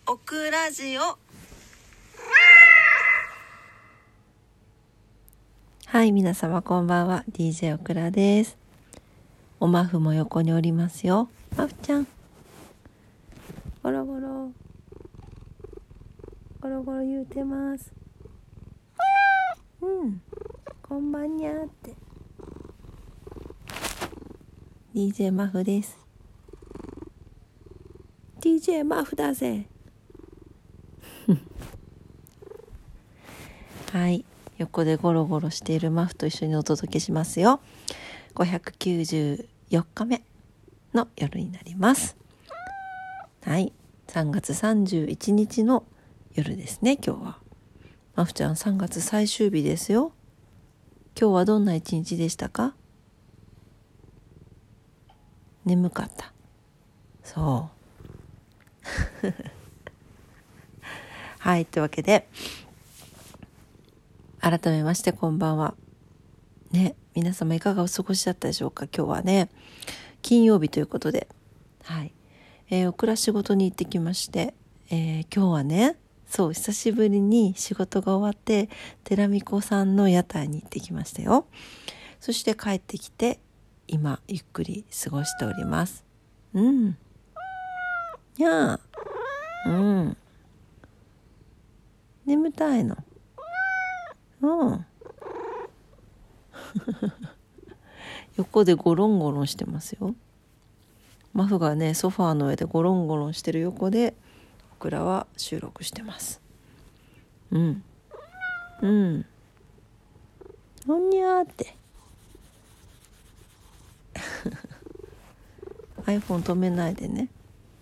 オクラジオ。はい、皆様こんばんは。 DJ オクラです。おまふも横におりますよ。まふちゃん、ゴロゴロゴロゴロ言うてます。こんばんにゃーって。 DJ マフです。 DJ マフだぜはい、横でゴロゴロしているマフと一緒にお届けしますよ。594日目の夜になります。はい、3月31日の夜ですね。今日はマフちゃん3月最終日ですよ。今日はどんな一日でしたか？眠かった。そうはい、というわけで改めましてこんばんはね。皆様いかがお過ごしだったでしょうか？今日はね、金曜日ということで、はい、おくら仕事に行ってきまして、今日はね、そう久しぶりに仕事が終わって寺美子さんの屋台に行ってきましたよ。そして帰ってきて今ゆっくり過ごしております。やあ、眠たいの？横でゴロンゴロンしてますよ。マフがねソファーの上でゴロンゴロンしてる横でオクラは収録してます。おんにゃーってiPhone 止めないでね。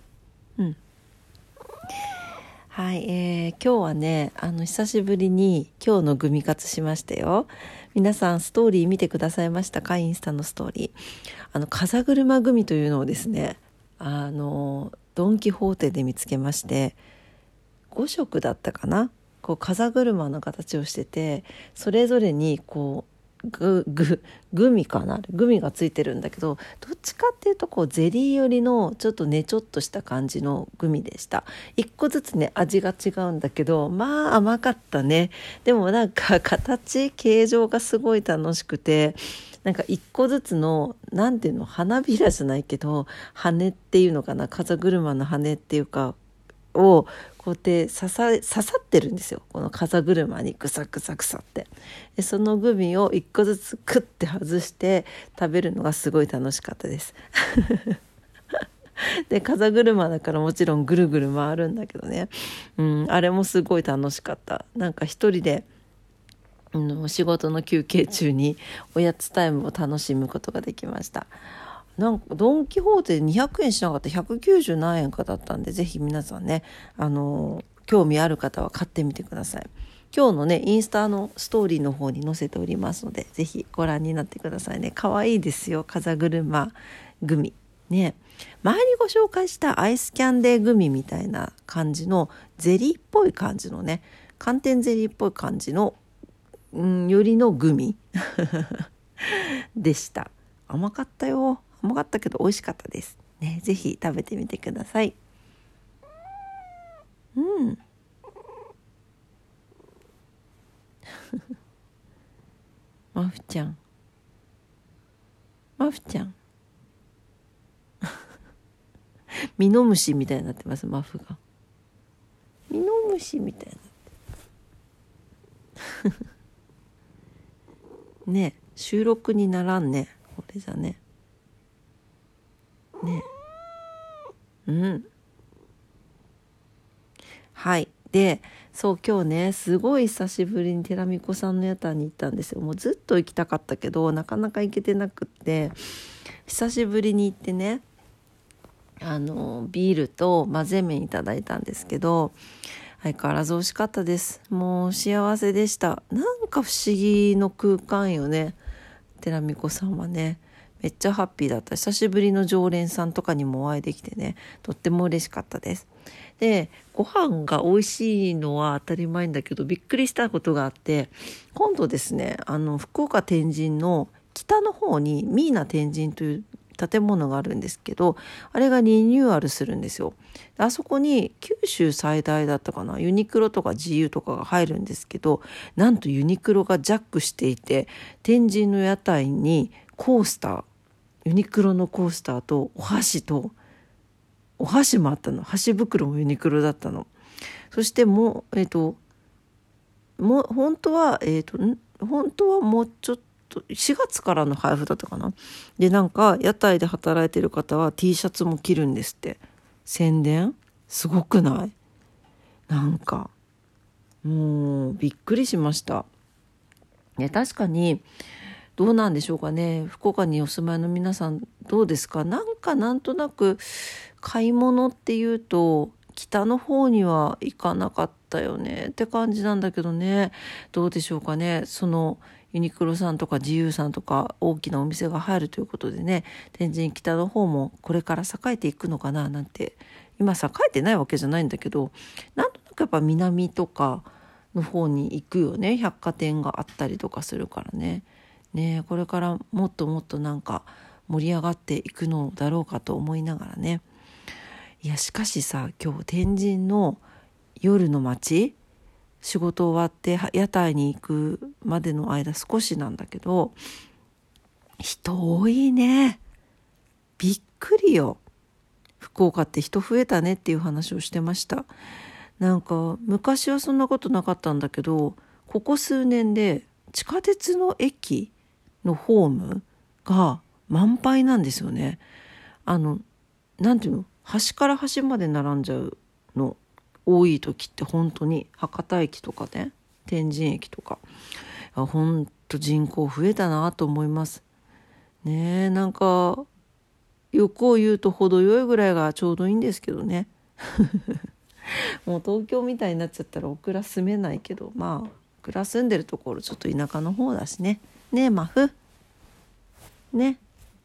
はい、今日はね久しぶりに今日のグミ活しましたよ。皆さんストーリー見てくださいましたか？インスタのストーリー、風車グミというのをですね、ドンキホーテで見つけまして、5色だったかな、こう風車の形をしてて、それぞれにこうグミかな、グミがついてるんだけど、どっちかっていうとこうゼリー寄りのちょっとねちょっとした感じのグミでした。一個ずつね味が違うんだけど、まあ甘かったね。でもなんか形状がすごい楽しくて、なんか一個ずつのなんていうの、花びらじゃないけど羽っていうのかな、風車の羽っていうかをこうやって刺さってるんですよ、この風車にグサグサグサって。でそのグミを一個ずつクッて外して食べるのがすごい楽しかったですで風車だからもちろんぐるぐる回るんだけどね、あれもすごい楽しかった。なんか一人で仕事の休憩中におやつタイムを楽しむことができました。なんかドンキホーテで200円しなかった190何円かだったんで、ぜひ皆さんね興味ある方は買ってみてください。今日のねインスタのストーリーの方に載せておりますので、ぜひご覧になってくださいね。可愛いですよ、風車グミね。前にご紹介したアイスキャンデーグミみたいな感じのゼリーっぽい感じのね、寒天ゼリーっぽい感じのよりのグミでした。甘かったよ。甘かったけど美味しかったですね。ぜひ食べてみてください。マフちゃんミノムシみたいになってます。マフがミノムシみたいになってね。収録にならんね、これじゃね。はい。で、そう今日ねすごい久しぶりに寺美子さんの屋台に行ったんですよ。もうずっと行きたかったけどなかなか行けてなくって、久しぶりに行ってね、ビールと混ぜ麺いただいたんですけど、相変わらず美味しかったです。もう幸せでした。なんか不思議の空間よね、寺美子さんはね。めっちゃハッピーだった。久しぶりの常連さんとかにもお会いできてね、とっても嬉しかったです。で、ご飯が美味しいのは当たり前んだけど、びっくりしたことがあって、今度ですね福岡天神の北の方にミーナ天神という建物があるんですけど、あれがリニューアルするんですよ。あそこに九州最大だったかな、ユニクロとか GU とかが入るんですけど、なんとユニクロがジャックしていて、天神の屋台にコースター、ユニクロのコースターとお箸もあったの。箸袋もユニクロだったの。そしてもう本当はもうちょっと4月からの配布だったかな。でなんか屋台で働いてる方は T シャツも着るんですって。宣伝すごくない？なんかもうびっくりしました。ね、確かにどうなんでしょうかね。福岡にお住まいの皆さんどうですか？なんとなく買い物っていうと北の方には行かなかったよねって感じなんだけどね。どうでしょうかね。そのユニクロさんとか GU さんとか大きなお店が入るということでね、天神北の方もこれから栄えていくのかななんて。今栄えてないわけじゃないんだけど、なんとなくやっぱ南とかの方に行くよね。百貨店があったりとかするからね。これからもっともっとなんか盛り上がっていくのだろうかと思いながらね。いやしかしさ、今日天神の夜の街、仕事終わって屋台に行くまでの間少しなんだけど、人多いね。びっくりよ。福岡って人増えたねっていう話をしてました。なんか昔はそんなことなかったんだけど、ここ数年で地下鉄の駅のホームが満杯なんですよね。なんていうの、端から端まで並んじゃうの多い時って、本当に博多駅とかね、天神駅とか、本当人口増えたなと思いますね。なんか欲を言うと程よいぐらいがちょうどいいんですけどね。もう東京みたいになっちゃったらオクラ住めないけど、まあオクラ住んでるところちょっと田舎の方だしね。ねえマフね。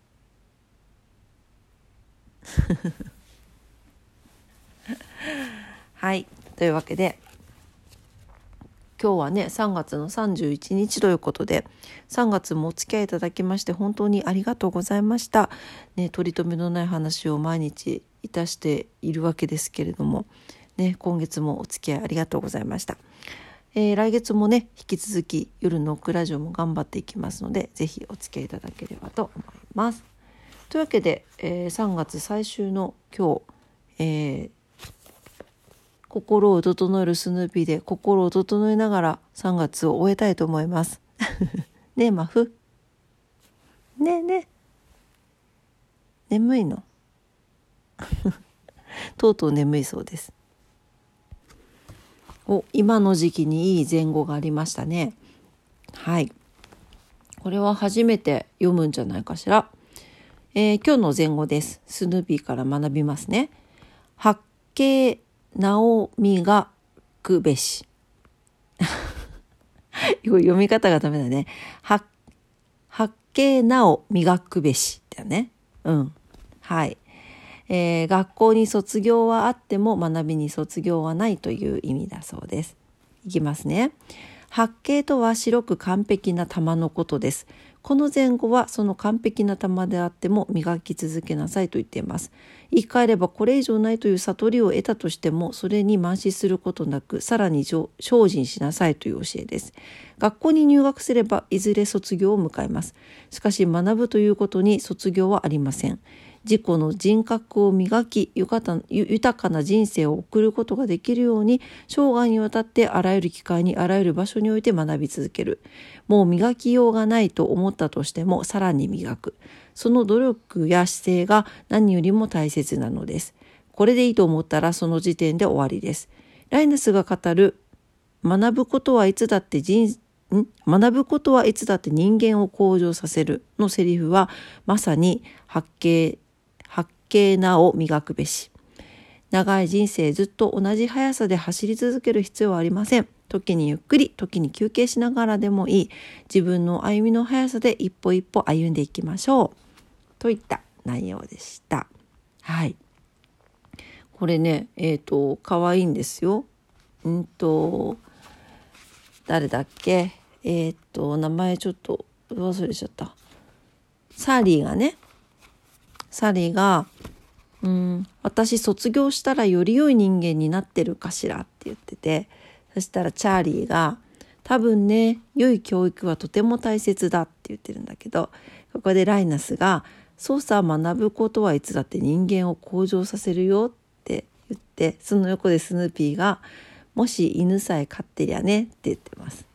はい、というわけで今日はね3月の31日ということで、3月もお付き合いいただきまして本当にありがとうございました、ね、取り留めのない話を毎日いたしているわけですけれども、ね、今月もお付き合いありがとうございました。来月もね引き続き夜のオクラジオも頑張っていきますので、ぜひお付き合いいただければと思います。というわけで、3月最終の今日、心を整えるスヌーピーで心を整えながら3月を終えたいと思います。ねえマフ。ねえねえ。眠いの？とうとう眠いそうです。今の時期にいい前後がありましたね。はい。これは初めて読むんじゃないかしら。今日の前後です。スヌーピーから学びますね。八景直磨くべし。読み方がダメだね。八景直磨くべしだね。はい。学校に卒業はあっても学びに卒業はないという意味だそうです。いきますね。八景とは白く完璧な玉のことです。この前後はその完璧な玉であっても磨き続けなさいと言っています。言い換えればこれ以上ないという悟りを得たとしてもそれに慢心することなくさらに精進しなさいという教えです。学校に入学すればいずれ卒業を迎えます。しかし学ぶということに卒業はありません。自己の人格を磨き豊かな人生を送ることができるように生涯にわたってあらゆる機会にあらゆる場所において学び続ける。もう磨きようがないと思ったとしてもさらに磨く。その努力や姿勢が何よりも大切なのです。これでいいと思ったらその時点で終わりです。ライナスが語る学ぶことはいつだって人間を向上させるのセリフはまさに八景なを磨くべし。長い人生ずっと同じ速さで走り続ける必要はありません。時にゆっくり、時に休憩しながらでもいい。自分の歩みの速さで一歩一歩歩んでいきましょう。といった内容でした。はい。これね、可愛いんですよ。誰だっけ？名前ちょっと忘れちゃった。サリーがね、 サリーが私卒業したらより良い人間になってるかしらって言ってて、そしたらチャーリーが多分ね、良い教育はとても大切だって言ってるんだけど、ここでライナスがそうさ、学ぶことはいつだって人間を向上させるよって言って、その横でスヌーピーがもし犬さえ飼ってりゃねって言ってます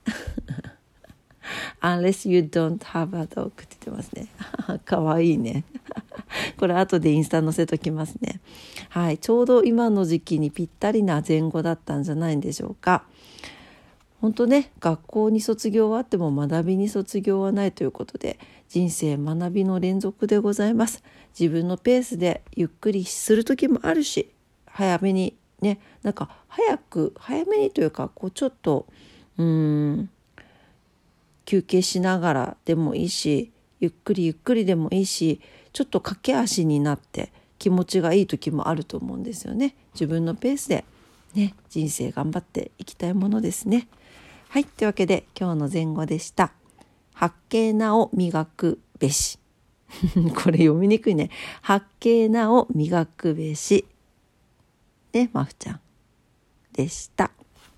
Unless you don't have a dog って言ってますねかわいいねこれ後でインスタ載せときますね。はい、ちょうど今の時期にぴったりな前後だったんじゃないんでしょうか。本当ね、学校に卒業はあっても学びに卒業はないということで、人生学びの連続でございます。自分のペースでゆっくりする時もあるし、早めにね、なんか早めにというか、ちょっと休憩しながらでもいいし、ゆっくりでもいいし、ちょっと駆け足になって気持ちがいい時もあると思うんですよね。自分のペースでね、人生頑張っていきたいものですね。はい、というわけで今日の前後でした。八景なを磨くべしこれ読みにくいね。八景なを磨くべしね、まふちゃんでした。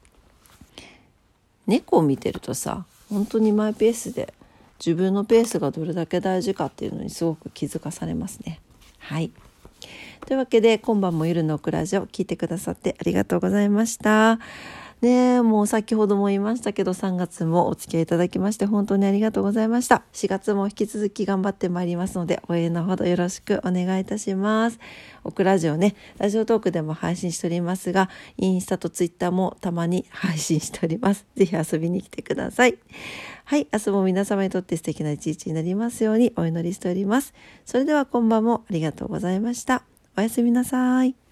猫を見てるとさ、本当にマイペースで自分のペースがどれだけ大事かっていうのにすごく気づかされますね。はい、というわけで今晩も夜のオクラジオ聞いてくださってありがとうございましたね。もう先ほども言いましたけど、3月もお付き合いいただきまして本当にありがとうございました。4月も引き続き頑張ってまいりますので、応援のほどよろしくお願いいたします。オクラジオね、ラジオトークでも配信しておりますが、インスタとツイッターもたまに配信しております。ぜひ遊びに来てください。はい、明日も皆様にとって素敵な一日になりますようにお祈りしております。それでは今晩もありがとうございました。おやすみなさい。